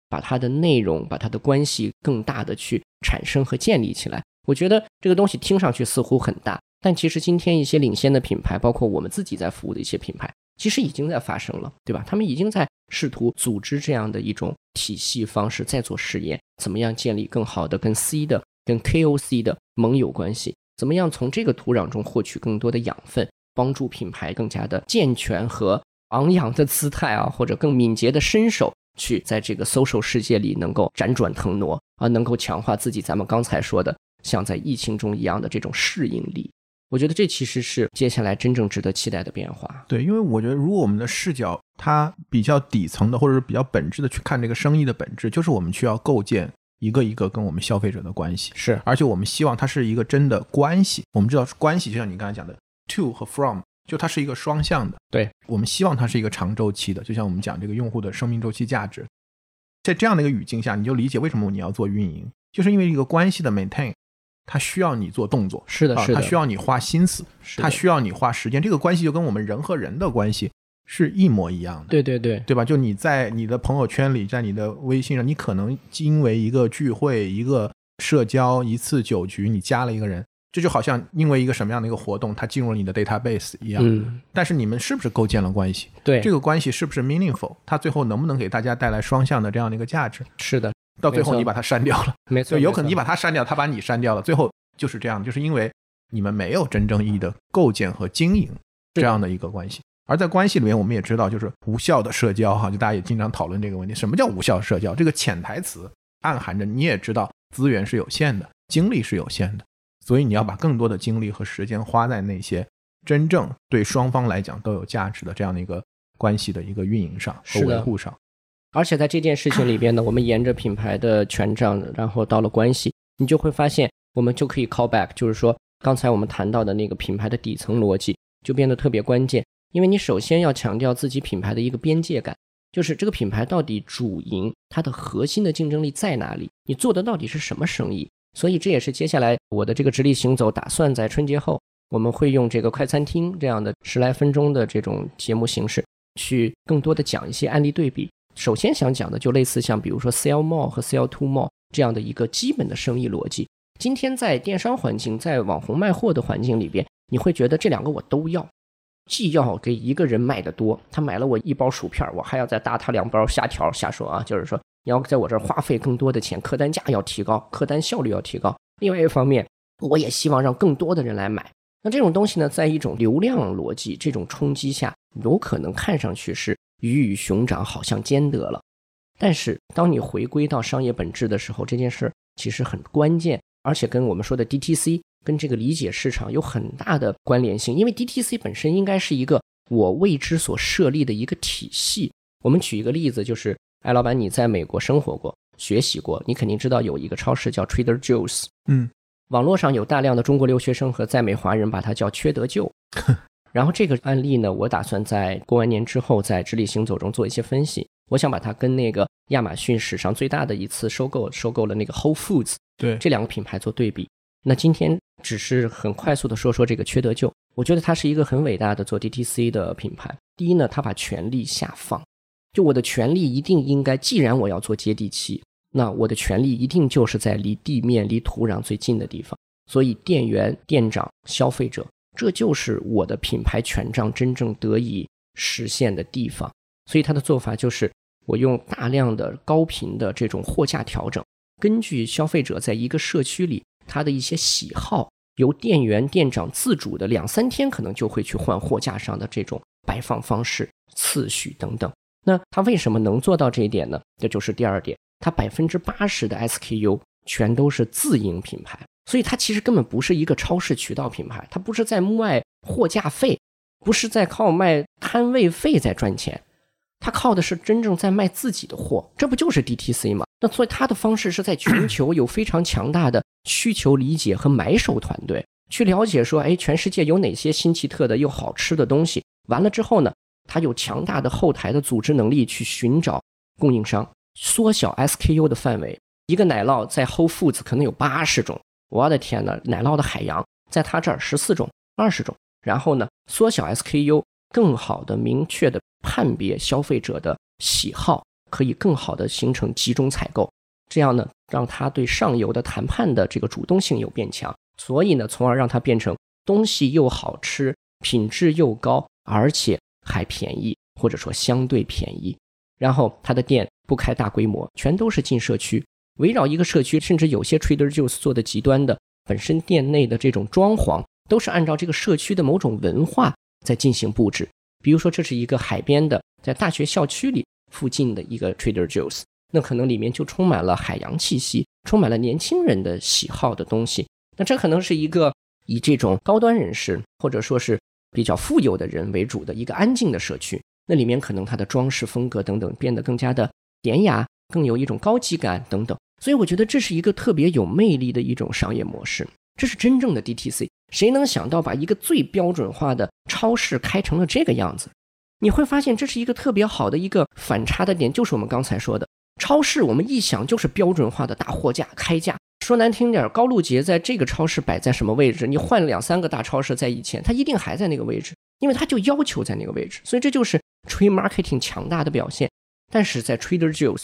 把它的内容把它的关系更大的去产生和建立起来。我觉得这个东西听上去似乎很大，但其实今天一些领先的品牌，包括我们自己在服务的一些品牌，其实已经在发生了，对吧？他们已经在试图组织这样的一种体系方式，在做试验，怎么样建立更好的跟 C 的跟 KOC 的盟友关系，怎么样从这个土壤中获取更多的养分，帮助品牌更加的健全和昂扬的姿态啊，或者更敏捷的身手，去在这个 social 世界里能够辗转腾挪啊，能够强化自己咱们刚才说的像在疫情中一样的这种适应力。我觉得这其实是接下来真正值得期待的变化。 对，因为我觉得如果我们的视角它比较底层的或者是比较本质的去看这个生意的本质，就是我们需要构建一个一个跟我们消费者的关系， 是， 而且我们希望它是一个真的关系。我们知道关系就像你刚才讲的 to 和 from， 就它是一个双向的， 对， 我们希望它是一个长周期的，就像我们讲这个用户的生命周期价值。在这样的一个语境下，你就理解为什么你要做运营，就是因为一个关系的 maintain它需要你做动作， 是的，是的， 它需要你花心思，它需要你花时间。这个关系就跟我们人和人的关系是一模一样的， 对对对， 对吧？就你在你的朋友圈里，在你的微信上，你可能因为一个聚会、一个社交、一次酒局，你加了一个人，这就好像因为一个什么样的一个活动，它进入了你的 database 一样。但是你们是不是构建了关系？ 对， 这个关系是不是 meaningful？ 它最后能不能给大家带来双向的这样的一个价值？ 是的。 到最后你把它删掉了， 没错， 就有可能你把它删掉，他把你删掉了，最后就是这样，就是因为你们没有真正意义的构建和经营这样的一个关系。而在关系里面，我们也知道，就是无效的社交哈，就大家也经常讨论这个问题，什么叫无效社交？这个潜台词暗含着你也知道资源是有限的，精力是有限的，所以你要把更多的精力和时间花在那些真正对双方来讲都有价值的这样的一个关系的一个运营上和维护上。 而且在这件事情里边呢，我们沿着品牌的权杖，然后到了关系，你就会发现我们就可以 call back， 就是说刚才我们谈到的那个品牌的底层逻辑就变得特别关键。因为你首先要强调自己品牌的一个边界感，就是这个品牌到底主营它的核心的竞争力在哪里，你做的到底是什么生意。所以这也是接下来我的这个直立行走打算在春节后，我们会用这个快餐厅这样的10来分钟的这种节目形式，去更多的讲一些案例对比。首先想讲的就类似像比如说 sell more 和 sell to more 这样的一个基本的生意逻辑。今天在电商环境，在网红卖货的环境里边，你会觉得这两个我都要，既要给一个人卖的多，他买了我1包薯片，我还要再搭他2包虾条，瞎说啊，就是说你要在我这儿花费更多的钱，客单价要提高，客单效率要提高。另外一方面，我也希望让更多的人来买。那这种东西呢，在一种流量逻辑这种冲击下，有可能看上去是鱼与熊掌，好像兼得了。但是当你回归到商业本质的时候，这件事其实很关键，而且跟我们说的 DTC 跟这个理解市场有很大的关联性。因为 DTC 本身应该是一个我为之所设立的一个体系。我们举一个例子，就是艾老板，你在美国生活过学习过，你肯定知道有一个超市叫 Trader Joe's。网络上有大量的中国留学生和在美华人把它叫缺德舅。然后这个案例呢，我打算在过完年之后在直立行走中做一些分析。我想把它跟那个亚马逊史上最大的一次收购了那个 Whole Foods， 对， 这两个品牌做对比。那今天只是很快速的说说这个缺德舅，我觉得它是一个很伟大的做 DTC 的品牌。第一呢，它把权力下放，就我的权力一定应该，既然我要做接地气，那我的权力一定就是在离地面离土壤最近的地方。所以店员、店长、消费者，这就是我的品牌权杖真正得以实现的地方。所以他的做法就是我用大量的高频的这种货架调整，根据消费者在一个社区里他的一些喜好，由店员店长自主的2-3天可能就会去换货架上的这种摆放方式、次序等等。那他为什么能做到这一点呢？这就是第二点，他80%的 SKU 全都是自营品牌，所以它其实根本不是一个超市渠道品牌，它不是在卖货架费，不是在靠卖摊位费在赚钱，它靠的是真正在卖自己的货，这不就是 DTC 吗？那所以它的方式是在全球有非常强大的需求理解和买手团队，去了解说，全世界有哪些新奇特的又好吃的东西，完了之后呢，它有强大的后台的组织能力去寻找供应商，缩小 SKU 的范围。一个奶酪在 Whole Foods 可能有80种，我的天哪，奶酪的海洋，在它这儿14种、20种。然后呢，缩小 SKU， 更好的明确的判别消费者的喜好， 可以更好的形成集中采购，这样呢让它对上游的谈判的这个主动性有变强，所以呢从而让它变成东西又好吃，品质又高，而且还便宜，或者说相对便宜。然后它的店不开大规模，全都是进社区，围绕一个社区，甚至有些 Trader Joe's 做的极端的，本身店内的这种装潢都是按照这个社区的某种文化在进行布置。比如说这是一个海边的，在大学校区里附近的一个 Trader Joe's， 那可能里面就充满了海洋气息，充满了年轻人的喜好的东西。那这可能是一个以这种高端人士或者说是比较富有的人为主的一个安静的社区，那里面可能它的装饰风格等等变得更加的典雅，更有一种高级感等等。所以我觉得这是一个特别有魅力的一种商业模式，这是真正的 DTC。 谁能想到把一个最标准化的超市开成了这个样子？你会发现这是一个特别好的一个反差的点，就是我们刚才说的超市，我们一想就是标准化的大货架开架，说难听点，高露洁在这个超市摆在什么位置，你换2-3个大超市在以前它一定还在那个位置，因为它就要求在那个位置，所以这就是 Trade Marketing 强大的表现。但是在 Trader Joe's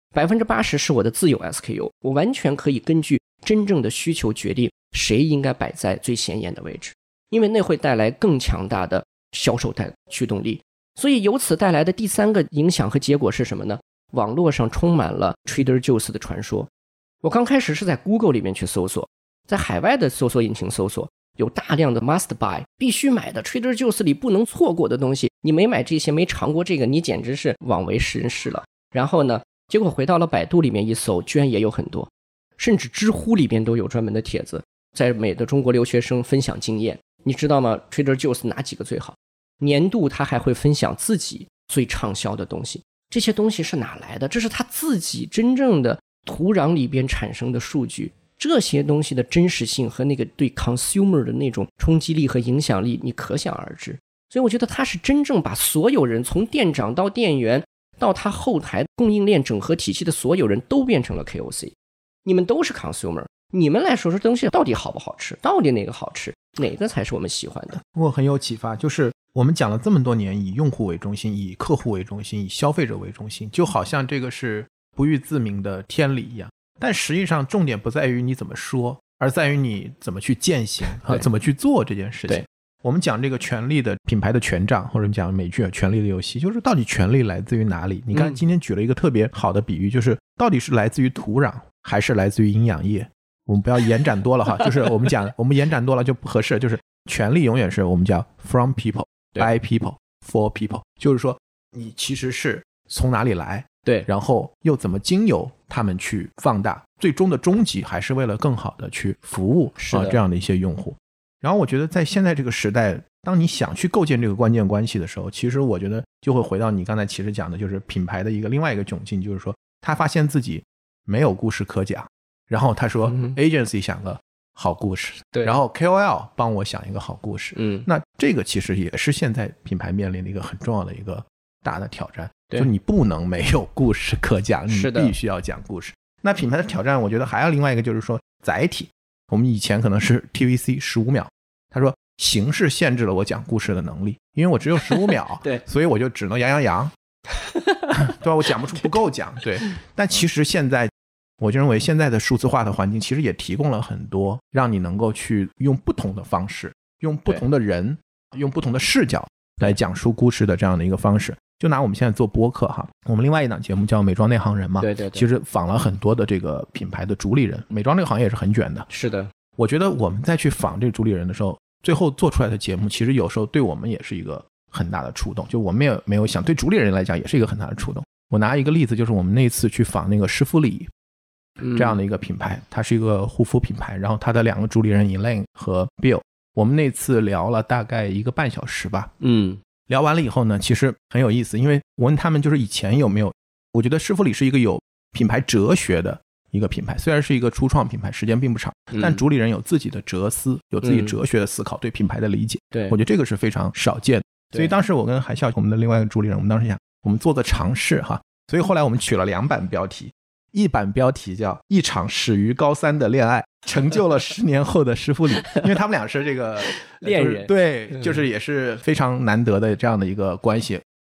80%是我的自有 SKU， 我完全可以根据真正的需求决定谁应该摆在最显眼的位置，因为那会带来更强大的销售驱动力。所以由此带来的第三个影响和结果是什么呢？网络上充满了 Trader Joe's 的传说。我刚开始是在 Google 里面去搜索，在海外的搜索引擎搜索，有大量的 must buy 必须买的 Trader Joe's 里不能错过的东西，你没买这些，没尝过这个，你简直是枉为人士了。然后呢，结果回到了百度里面一搜，居然也有很多，甚至知乎里边都有专门的帖子，在美的中国留学生分享经验。你知道吗？ Trader Joe's 哪几个最好？年度他还会分享自己最畅销的东西，这些东西是哪来的？这是他自己真正的土壤里边产生的数据，这些东西的真实性和那个对 consumer 的那种冲击力和影响力，你可想而知。所以我觉得他是真正把所有人，从店长到店员到他后台供应链整合体系的所有人都变成了 KOC， 你们都是 consumer， 你们来说这东西到底好不好吃，到底哪个好吃，哪个才是我们喜欢的。 我很有启发，就是我们讲了这么多年以用户为中心，以客户为中心，以消费者为中心，就好像这个是不予自明的天理一样，但实际上重点不在于你怎么说，而在于你怎么去践行和怎么去做这件事情。我们讲这个权力的品牌的权杖，或者讲美剧权力的游戏，就是到底权力来自于哪里。你看今天举了一个特别好的比喻，就是到底是来自于土壤还是来自于营养液。我们不要延展多了哈，就是我们讲我们延展多了就不合适，就是权力永远是我们叫 from people by people for people， 就是说你其实是从哪里来， 对， 然后又怎么经由他们去放大，最终的终极还是为了更好的去服务这样的一些用户。然后我觉得在现在这个时代，当你想去构建这个关键关系的时候，其实我觉得就会回到你刚才其实讲的，就是品牌的另外一个窘境，就是说他发现自己没有故事可讲，然后他说 agency 想个好故事， 对， 然后 KOL 帮我想一个好故事，那这个其实也是现在品牌面临的一个很重要的一个大的挑战，就是你不能没有故事可讲，你必须要讲故事。那品牌的挑战我觉得还有另外一个，就是说载体，我们以前可能是 TVC 15秒，他说形式限制了我讲故事的能力，因为我只有15秒对， 所以我就只能扬对吧，我讲不出，不够讲，对。但其实现在我就认为现在的数字化的环境其实也提供了很多让你能够去用不同的方式，用不同的人，用不同的视角来讲述故事的这样的一个方式。就拿我们现在做播客哈，我们另外一档节目叫美妆内行人嘛， 对对对， 其实访了很多的这个品牌的主理人，美妆这个行业也是很卷的。 是的， 我觉得我们再去访这个主理人的时候，最后做出来的节目其实有时候对我们也是一个很大的触动，就我们也没有想，对主理人来讲也是一个很大的触动。我拿一个例子，就是我们那次去访那个施芙丽这样的一个品牌，它是一个护肤品牌，然后它的2个主理人 Elaine 和 Bill， 我们那次聊了大概1个半小时吧。聊完了以后呢，其实很有意思，因为我问他们就是以前有没有，我觉得施芙丽是一个有品牌哲学的一个品牌，虽然是一个初创品牌，时间并不长，但主理人有自己的哲思，有自己哲学的思考，对品牌的理解， 对， 我觉得这个是非常少见的。所以当时我跟海啸我们的另外一个主理人，我们当时想我们做的尝试哈，所以后来我们取了2版标题，一版标题叫一场始于高3的恋爱，成就了10年后的施芙丽，因为他们俩是这个恋人， 对，就是也是非常难得的这样的一个关系。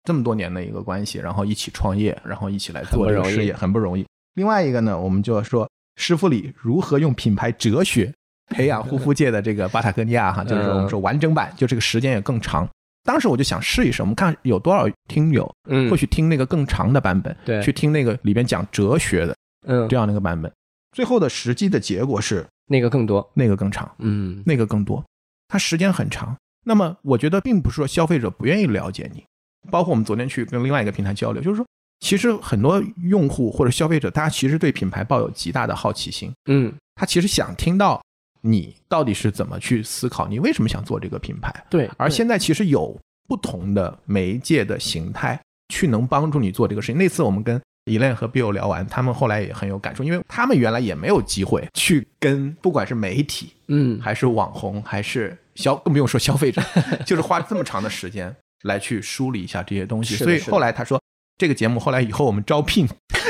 这么多年的一个关系，然后一起创业，然后一起来做这个事业，很不容易。另外一个呢，我们就说师傅里如何用品牌哲学培养护肤界的这个巴塔哥尼亚哈，就是说我们说完整版，就这个时间也更长。当时我就想试一试，我们看有多少听友会去听那个更长的版本， 对， 去听那个里边讲哲学的这样的一个版本。最后的实际的结果是那个更多， 那个更长，那个更多，它时间很长。那么我觉得并不是说消费者不愿意了解你，包括我们昨天去跟另外一个平台交流，就是说其实很多用户或者消费者，大家其实对品牌抱有极大的好奇心，他其实想听到你到底是怎么去思考，你为什么想做这个品牌。 对， 而现在其实有不同的媒介的形态去能帮助你做这个事情。那次我们跟 Elaine 和 Bill 聊完，他们后来也很有感触，因为他们原来也没有机会去跟不管是媒体还是网红还是更不用说消费者就是花这么长的时间来去梳理一下这些东西。所以后来他说这个节目后来以后我们招聘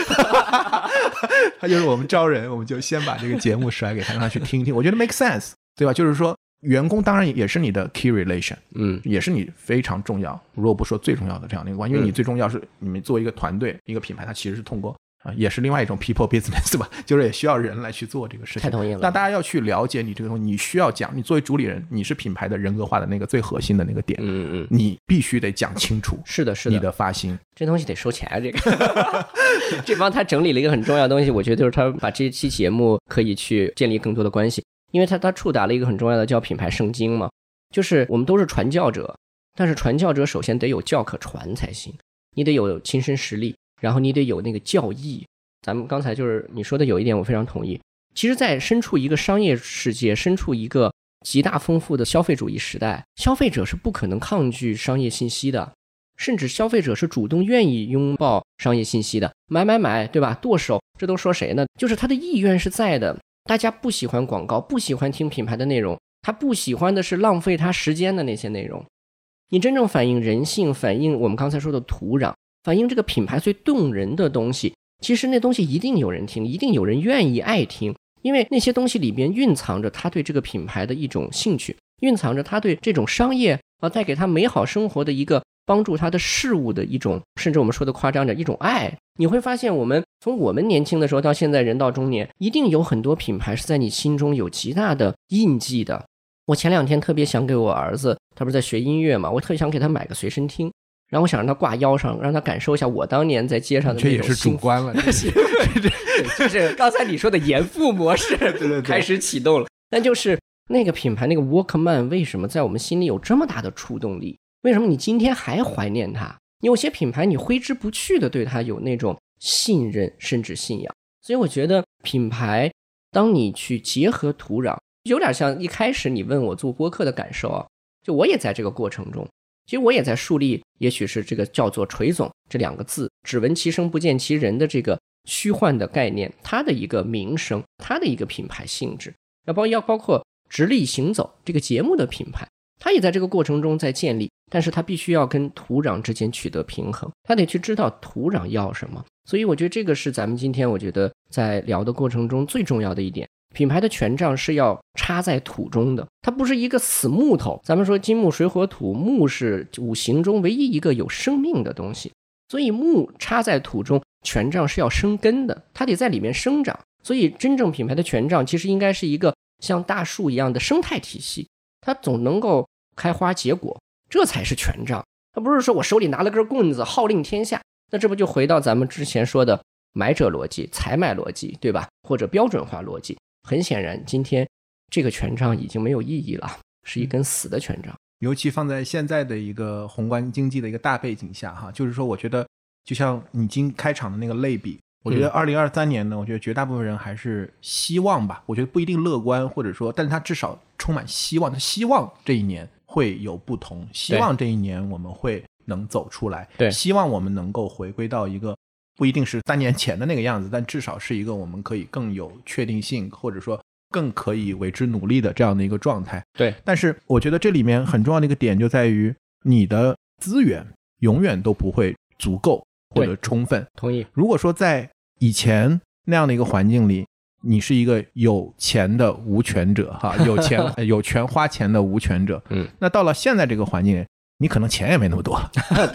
他就是我们招人，我们就先把这个节目甩给他，让他去听一听。我觉得 make sense， 对吧？就是说员工当然也是你的 key relation， 也是你非常重要，如果不说最重要的这样的一个关系，因为你最重要是你们作为一个团队一个品牌，它其实是通过也是另外一种 people business 吧，就是也需要人来去做这个事情。 太同意了。 那大家要去了解你这个东西，你需要讲，你作为主理人，你是品牌的人格化的那个最核心的那个点，你必须得讲清楚。 是的，是的， 你的发心， 这东西得收钱啊，这个。这帮他整理了一个很重要的东西，我觉得就是他把这期节目可以去建立更多的关系，因为他触达了一个很重要的叫品牌圣经嘛，就是我们都是传教者，但是传教者首先得有教可传才行，你得有亲身实力，然后你得有那个教义。咱们刚才就是你说的有一点我非常同意，其实在身处一个商业世界，身处一个极大丰富的消费主义时代，消费者是不可能抗拒商业信息的，甚至消费者是主动愿意拥抱商业信息的，买，对吧？剁手，这都说谁呢？就是他的意愿是在的。大家不喜欢广告，不喜欢听品牌的内容，他不喜欢的是浪费他时间的那些内容。你真正反映人性，反映我们刚才说的土壤，反映这个品牌最动人的东西，其实那东西一定有人听，一定有人愿意爱听，因为那些东西里边蕴藏着他对这个品牌的一种兴趣，蕴藏着他对这种商业带给他美好生活的一个帮助他的事物的一种，甚至我们说的夸张点，一种爱。你会发现从我们年轻的时候到现在人到中年，一定有很多品牌是在你心中有极大的印记的。我前2天特别想给我儿子，他不是在学音乐嘛，我特别想给他买个随身听，然后我想让他挂腰上，让他感受一下我当年在街上的那种。这也是主观了， 就是刚才你说的严父模式对开始启动了。但就是那个品牌那个 Walkman 为什么在我们心里有这么大的触动力？为什么你今天还怀念它？有些品牌你挥之不去的对它有那种信任甚至信仰。所以我觉得品牌当你去结合土壤，有点像一开始你问我做播客的感受啊，就我也在这个过程中，其实我也在树立也许是这个叫做锤总这2个字，只闻其声不见其人的这个虚幻的概念，它的一个名声，它的一个品牌性质，要包括直立行走这个节目的品牌，它也在这个过程中在建立，但是它必须要跟土壤之间取得平衡，它得去知道土壤要什么。所以我觉得这个是咱们今天我觉得在聊的过程中最重要的一点，品牌的权杖是要插在土中的，它不是一个死木头。咱们说金木水火土，木是5行中唯一一个有生命的东西，所以木插在土中，权杖是要生根的，它得在里面生长。所以真正品牌的权杖其实应该是一个像大树一样的生态体系，它总能够开花结果，这才是权杖。它不是说我手里拿了根棍子号令天下，那这不就回到咱们之前说的买者逻辑、采买逻辑，对吧？或者标准化逻辑。很显然今天这个权杖已经没有意义了，是一根死的权杖。 尤其放在现在的一个宏观经济的一个大背景下哈，就是说我觉得就像你今开场的那个类比，我觉得2023年呢，我觉得绝大部分人还是希望吧，我觉得不一定乐观，或者说但是他至少充满希望，他希望这一年会有不同，希望这一年我们会能走出来，对，希望我们能够回归到一个不一定是3年前的那个样子，但至少是一个我们可以更有确定性，或者说更可以为之努力的这样的一个状态。 对， 但是我觉得这里面很重要的一个点就在于你的资源永远都不会足够或者充分。 同意。 如果说在以前那样的一个环境里，你是一个有钱的无权者哈，有权花钱的无权者，那到了现在这个环境，你可能钱也没那么多， 对，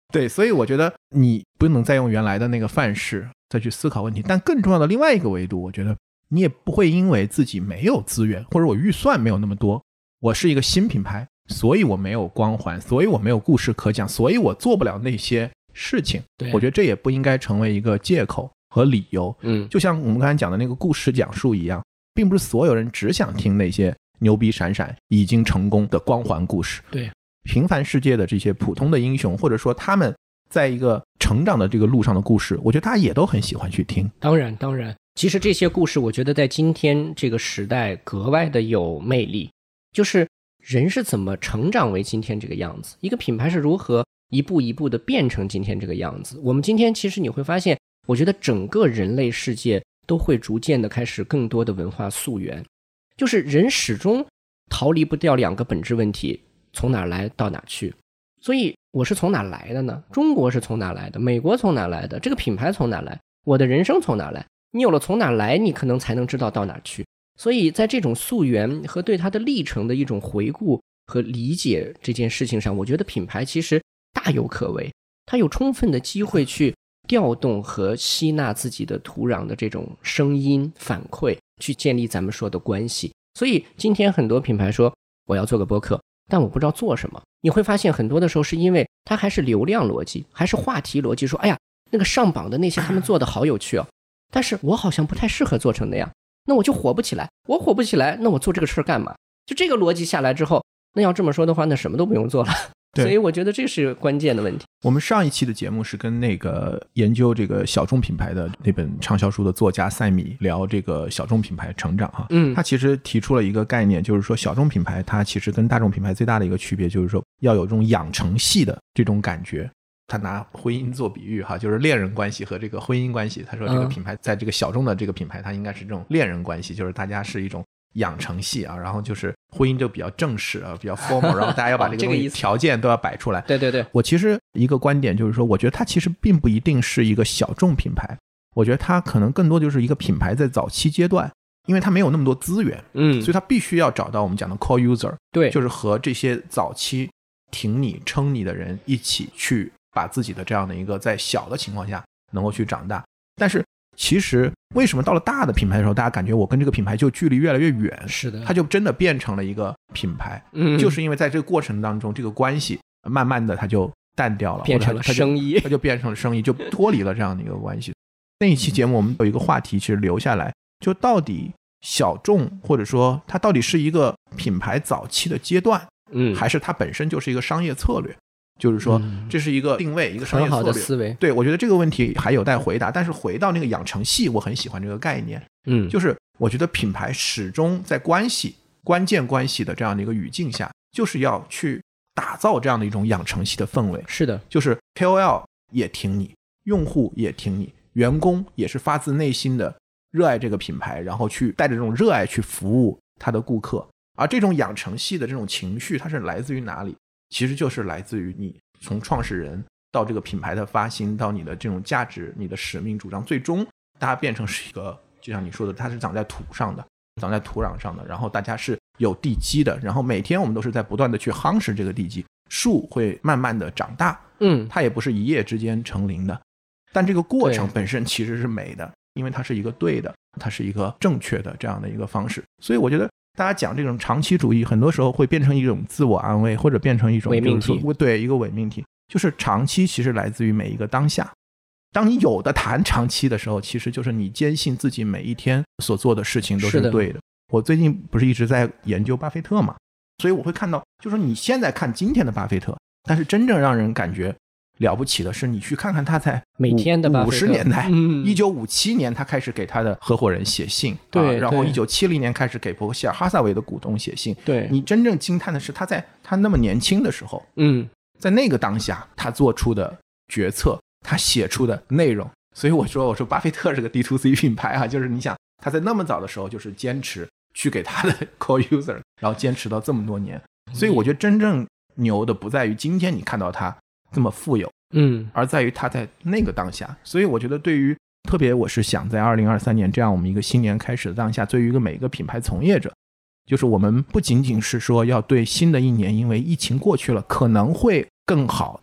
对，所以我觉得你不能再用原来的那个范式再去思考问题，但更重要的另外一个维度，我觉得你也不会因为自己没有资源，或者我预算没有那么多，我是一个新品牌，所以我没有光环，所以我没有故事可讲，所以我做不了那些事情。我觉得这也不应该成为一个借口和理由。就像我们刚才讲的那个故事讲述一样，并不是所有人只想听那些牛逼闪闪已经成功的光环故事。 对， 平凡世界的这些普通的英雄，或者说他们在一个成长的这个路上的故事，我觉得大家也都很喜欢去听。 当然其实这些故事我觉得在今天这个时代格外的有魅力，就是人是怎么成长为今天这个样子，一个品牌是如何一步一步的变成今天这个样子。我们今天其实你会发现，我觉得整个人类世界都会逐渐的开始更多的文化溯源，就是人始终逃离不掉两个本质问题，从哪来到哪去。所以我是从哪来的呢？中国是从哪来的？美国从哪来的？这个品牌从哪来？我的人生从哪来？你有了从哪来，你可能才能知道到哪去。所以在这种溯源和对它的历程的一种回顾和理解这件事情上，我觉得品牌其实大有可为，它有充分的机会去调动和吸纳自己的土壤的这种声音反馈，去建立咱们说的关系。所以今天很多品牌说我要做个播客，但我不知道做什么。你会发现很多的时候是因为它还是流量逻辑，还是话题逻辑，说哎呀那个上榜的那些他们做的好有趣哦，但是我好像不太适合做成那样，那我就火不起来。我火不起来，那我做这个事干嘛？就这个逻辑下来之后，那要这么说的话，那什么都不用做了。所以我觉得这是关键的问题。 我们上一期的节目是跟那个研究这个小众品牌的那本畅销书的作家赛米聊这个小众品牌成长哈。他其实提出了一个概念，就是说小众品牌它其实跟大众品牌最大的一个区别，就是说要有这种养成系的这种感觉。他拿婚姻做比喻哈，就是恋人关系和这个婚姻关系。他说这个品牌在这个小众的这个品牌，它应该是这种恋人关系，就是大家是一种养成系啊，然后就是婚姻就比较正式啊，比较 formal， 然后大家要把这个东西条件都要摆出来。 对， 我其实一个观点就是说，我觉得它其实并不一定是一个小众品牌，我觉得它可能更多就是一个品牌在早期阶段，因为它没有那么多资源，所以它必须要找到我们讲的 core user， 对，就是和这些早期挺你撑你的人一起去把自己的这样的一个在小的情况下能够去长大。但是其实为什么到了大的品牌的时候，大家感觉我跟这个品牌就距离越来越远？是的，它就真的变成了一个品牌，就是因为在这个过程当中，这个关系慢慢的它就淡掉了， 变成了生意， 它就变成了生意，就脱离了这样的一个关系。那一期节目我们有一个话题其实留下来，就到底小众或者说它到底是一个品牌早期的阶段，还是它本身就是一个商业策略？就是说这是一个定位，一个商业策略， 很好的思维。 对，我觉得这个问题还有待回答。但是回到那个养成系，我很喜欢这个概念。就是我觉得品牌始终在关键关系的这样的一个语境下，就是要去打造这样的一种养成系的氛围。 是的， 就是 KOL 也挺你，用户也挺你，员工也是发自内心的热爱这个品牌，然后去带着这种热爱去服务他的顾客。而这种养成系的这种情绪，它是来自于哪里？其实就是来自于你从创始人到这个品牌的发心，到你的这种价值，你的使命主张，最终大家变成是一个，就像你说的，它是长在土上的，长在土壤上的，然后大家是有地基的，然后每天我们都是在不断的去夯实这个地基，树会慢慢的长大，它也不是一夜之间成林的，但这个过程本身其实是美的，因为它是一个对的，它是一个正确的这样的一个方式。所以我觉得大家讲这种长期主义，很多时候会变成一种自我安慰，或者变成一种伪命题。 对，一个伪命题，就是长期其实来自于每一个当下。当你有的谈长期的时候，其实就是你坚信自己每一天所做的事情都是对的。我最近不是一直在研究巴菲特嘛，所以我会看到，就是说你现在看今天的巴菲特，但是真正让人感觉了不起的是，你去看看他在每天的 50年代，1957年他开始给他的合伙人写信， 对， 然后1970年开始给伯克希尔哈撒韦的股东写信， 对， 你真正惊叹的是他在他那么年轻的时候，在那个当下他做出的决策，他写出的内容。所以我说巴菲特是个 D2C 品牌啊，就是你想他在那么早的时候就是坚持去给他的 core user， 然后坚持到这么多年。所以我觉得真正牛的不在于今天你看到他这么富有，而在于他在那个当下。所以我觉得对于特别我是想在2023年这样我们一个新年开始的当下，对于一个每个品牌从业者，就是我们不仅仅是说要对新的一年因为疫情过去了可能会更好的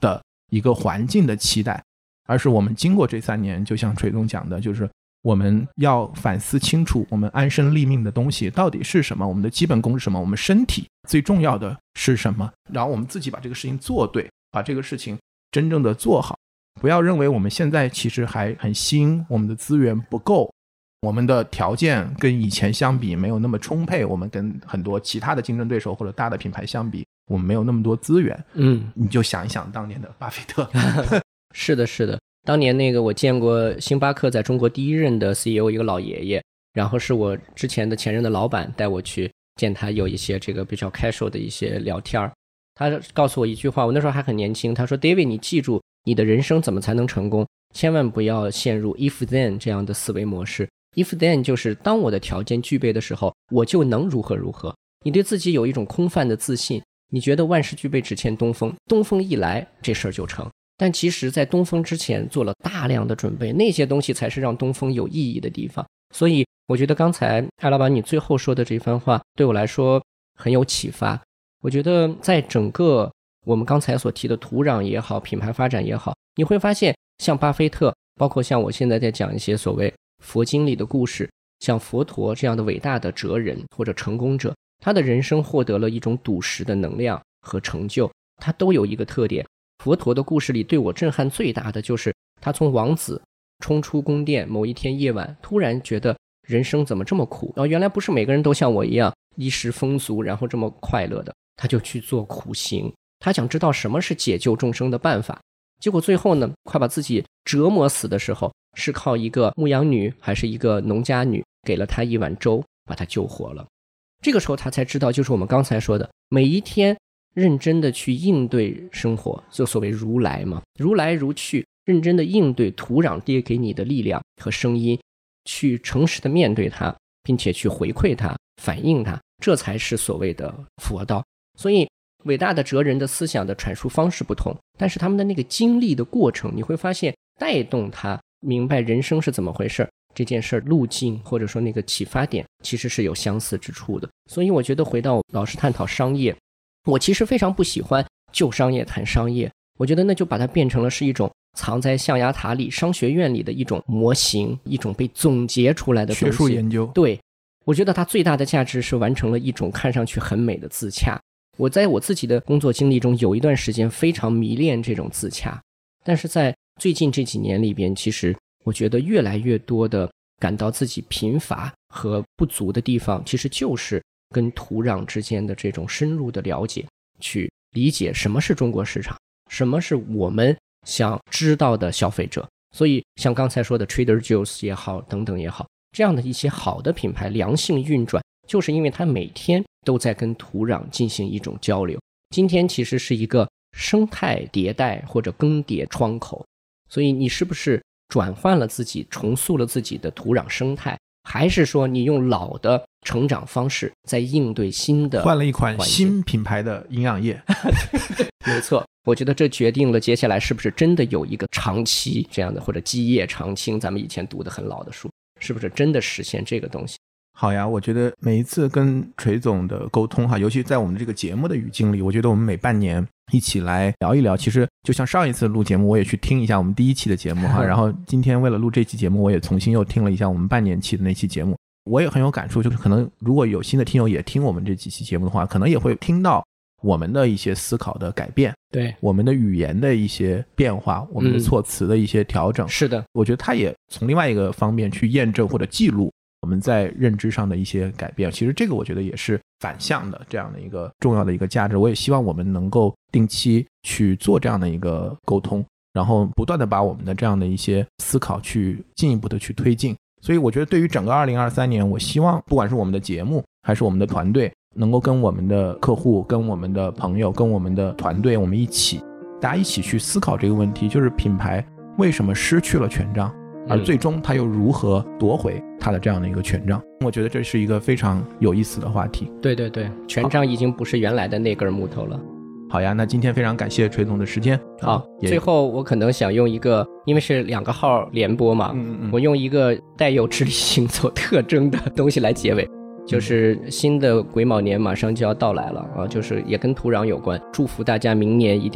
一个环境的期待，而是我们经过这3年，就像锤总讲的，就是我们要反思清楚我们安身立命的东西到底是什么，我们的基本功是什么，我们身体最重要的是什么，然后我们自己把这个事情做对，把这个事情真正的做好。不要认为我们现在其实还很新，我们的资源不够，我们的条件跟以前相比没有那么充沛，我们跟很多其他的竞争对手或者大的品牌相比，我们没有那么多资源。你就想一想当年的巴菲特。 是的是的，当年那个我见过星巴克在中国第1任的 CEO 一个老爷爷，然后是我之前的前任的老板带我去见他，有一些这个比较 casual 的一些聊天。他告诉我一句话，我那时候还很年轻，他说 David 你记住你的人生怎么才能成功，千万不要陷入 if then 这样的思维模式。 if then 就是当我的条件具备的时候我就能如何如何，你对自己有一种空泛的自信，你觉得万事俱备只欠东风，东风一来这事儿就成，但其实在东风之前做了大量的准备，那些东西才是让东风有意义的地方。所以我觉得刚才艾老板你最后说的这番话对我来说很有启发。我觉得在整个我们刚才所提的土壤也好，品牌发展也好，你会发现像巴菲特，包括像我现在在讲一些所谓佛经里的故事，像佛陀这样的伟大的哲人或者成功者，他的人生获得了一种笃实的能量和成就，他都有一个特点。佛陀的故事里对我震撼最大的就是他从王子冲出宫殿，某一天夜晚突然觉得人生怎么这么苦，原来不是每个人都像我一样衣食丰足然后这么快乐的，他就去做苦行，他想知道什么是解救众生的办法。结果最后呢，快把自己折磨死的时候，是靠一个牧羊女还是一个农家女给了他一碗粥把他救活了。这个时候他才知道，就是我们刚才说的，每一天认真的去应对生活，就所谓如来嘛，如来如去，认真的应对土壤跌给你的力量和声音，去诚实的面对它，并且去回馈它，反映它，这才是所谓的佛道。所以伟大的哲人的思想的阐述方式不同，但是他们的那个经历的过程，你会发现带动他明白人生是怎么回事，这件事路径或者说那个启发点其实是有相似之处的。所以我觉得回到老是探讨商业，我其实非常不喜欢就商业谈商业，我觉得那就把它变成了是一种藏在象牙塔里商学院里的一种模型，一种被总结出来的东西， 学术研究。 对，我觉得它最大的价值是完成了一种看上去很美的自洽。我在我自己的工作经历中有一段时间非常迷恋这种自洽，但是在最近这几年里边，其实我觉得越来越多的感到自己贫乏和不足的地方，其实就是跟土壤之间的这种深入的了解，去理解什么是中国市场，什么是我们想知道的消费者。所以像刚才说的 Trader Joe's 也好等等也好，这样的一些好的品牌良性运转，就是因为它每天都在跟土壤进行一种交流。今天其实是一个生态迭代或者更迭窗口，所以你是不是转换了自己，重塑了自己的土壤生态，还是说你用老的成长方式在应对新的， 换了一款新品牌的营养液。 没错，我觉得这决定了接下来是不是真的有一个长期这样的，或者基业长青，咱们以前读的很老的书，是不是真的实现这个东西。 好呀，我觉得每一次跟锤总的沟通哈，尤其在我们这个节目的语境里，我觉得我们每半年一起来聊一聊，其实就像上一次录节目我也去听一下我们第1期的节目哈，然后今天为了录这期节目我也重新又听了一下我们半年期的那期节目，我也很有感触，就是可能如果有新的听友也听我们这几期节目的话，可能也会听到我们的一些思考的改变， 对， 我们的语言的一些变化，我们的措辞的一些调整。 是的， 我觉得它也从另外一个方面去验证或者记录我们在认知上的一些改变，其实这个我觉得也是反向的这样的一个重要的一个价值。我也希望我们能够定期去做这样的一个沟通，然后不断的把我们的这样的一些思考去进一步的去推进。所以我觉得对于整个2023年，我希望不管是我们的节目还是我们的团队，能够跟我们的客户，跟我们的朋友，跟我们的团队，我们大家一起去思考这个问题，就是品牌为什么失去了权杖，而最终他又如何夺回他的这样的一个权杖。我觉得这是一个非常有意思的话题。 对对对，权杖已经不是原来的那根木头了。 好呀，那今天非常感谢锤总的时间。 好，最后我可能想用一个，因为是2个号联播嘛，我用一个带有直立行走特征的东西来结尾，就是新的癸卯年马上就要到来了啊，就是也跟土壤有关，祝福大家明年一定要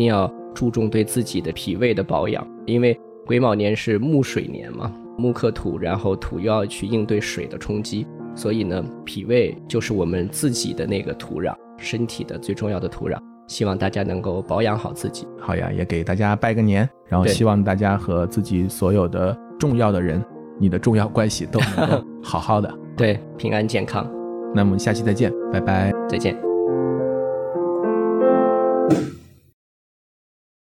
注重对自己的脾胃的保养，因为癸卯年是木水年嘛，木克土，然后土又要去应对水的冲击，所以呢，脾胃就是我们自己的那个土壤，身体的最重要的土壤，希望大家能够保养好自己。 好呀，也给大家拜个年，然后希望大家和自己所有的重要的人，你的重要关系都能够好好的。 对，平安健康。 那么下期再见，拜拜。 再见。